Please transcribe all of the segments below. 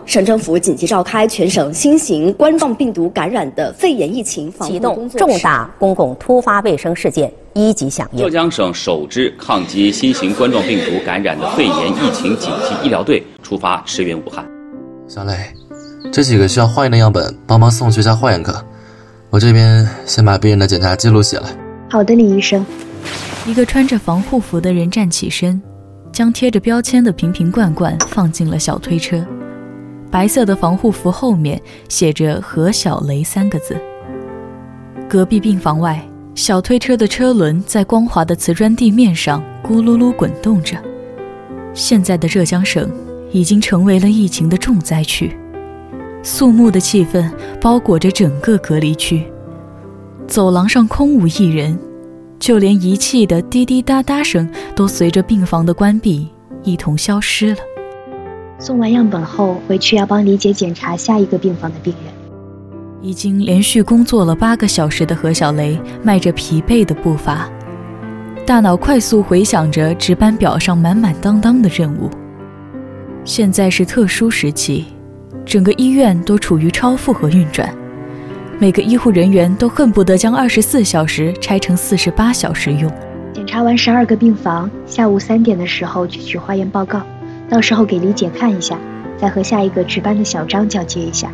省政府紧急召开全省新型冠状病毒感染的肺炎疫情防启动重大公共突发卫生事件1级响应。 浙江省首支抗击新型冠状病毒感染的肺炎疫情紧急医疗队出发驰援武汉。 小磊，这几个需要化验的样本帮忙送学校化验科，我这边先把病人的检查记录写了。 好的，李医生。 一个穿着防护服的人站起身，将贴着标签的瓶瓶罐罐放进了小推车。白色的防护服后面写着何小雷3个字。隔壁病房外，小推车的车轮在光滑的瓷砖地面上咕噜噜滚动着。现在的浙江省已经成为了疫情的重灾区，肃穆的气氛包裹着整个隔离区，走廊上空无一人，就连仪器的滴滴答答声都随着病房的关闭一同消失了。 送完样本后，回去要帮李姐检查下一个病房的病人。 已经连续工作了8个小时的何小雷迈着疲惫的步伐，大脑快速回想着值班表上满满当当的任务。现在是特殊时期，整个医院都处于超负荷运转，每个医护人员都恨不得将24小时拆成48小时用。 检查完12个病房，下午3点的时候去取化验报告，到时候给李姐看一下，再和下一个值班的小张交接一下。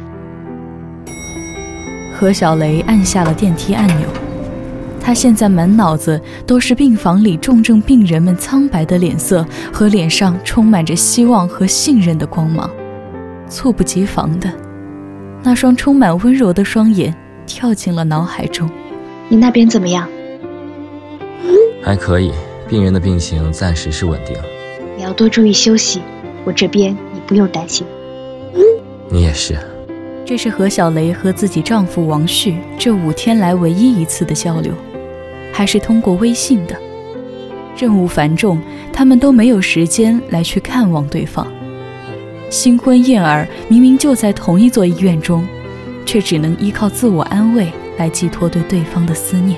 何小雷按下了电梯按钮，他现在满脑子都是病房里重症病人们苍白的脸色和脸上充满着希望和信任的光芒。猝不及防的，那双充满温柔的双眼跳进了脑海中。 你那边怎么样？ 还可以，病人的病情暂时是稳定。 你要多注意休息，我这边你不用担心。 你也是。 这是何小雷和自己丈夫王旭这5天来唯一一次的交流，还是通过微信的。任务繁重，他们都没有时间来去看望对方。新婚燕尔明明就在同一座医院中，却只能依靠自我安慰来寄托对对方的思念。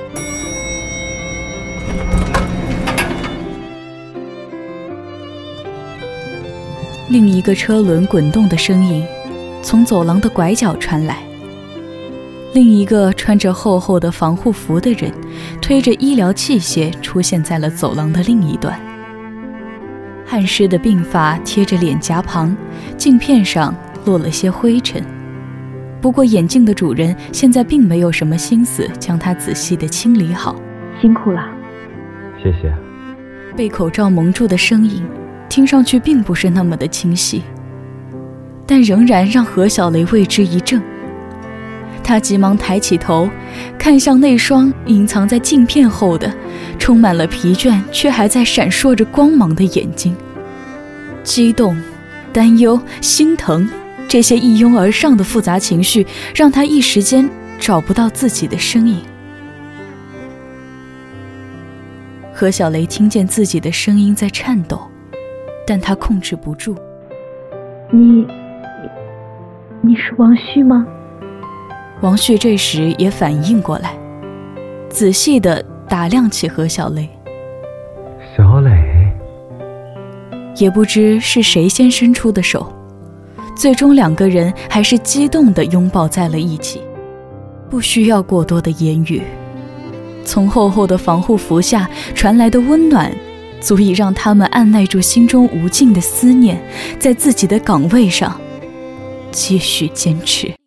另一个车轮滚动的声音从走廊的拐角传来，另一个穿着厚厚的防护服的人推着医疗器械出现在了走廊的另一端。汗湿的鬓发贴着脸颊旁，镜片上落了些灰尘。不过眼镜的主人现在并没有什么心思将它仔细地清理好。 辛苦了。 谢谢。 被口罩蒙住的声音听上去并不是那么的清晰，但仍然让何小雷为之一怔。他急忙抬起头，看向那双隐藏在镜片后的充满了疲倦却还在闪烁着光芒的眼睛。激动、担忧、心疼，这些一拥而上的复杂情绪让他一时间找不到自己的声音。何小雷听见自己的声音在颤抖，但他控制不住。 你是王旭吗？ 王旭这时也反应过来，仔细地打量起何小雷。 小磊。 也不知是谁先伸出的手，最终2个人还是激动地拥抱在了一起。不需要过多的言语，从厚厚的防护服下传来的温暖足以让他们按耐住心中无尽的思念，在自己的岗位上继续坚持。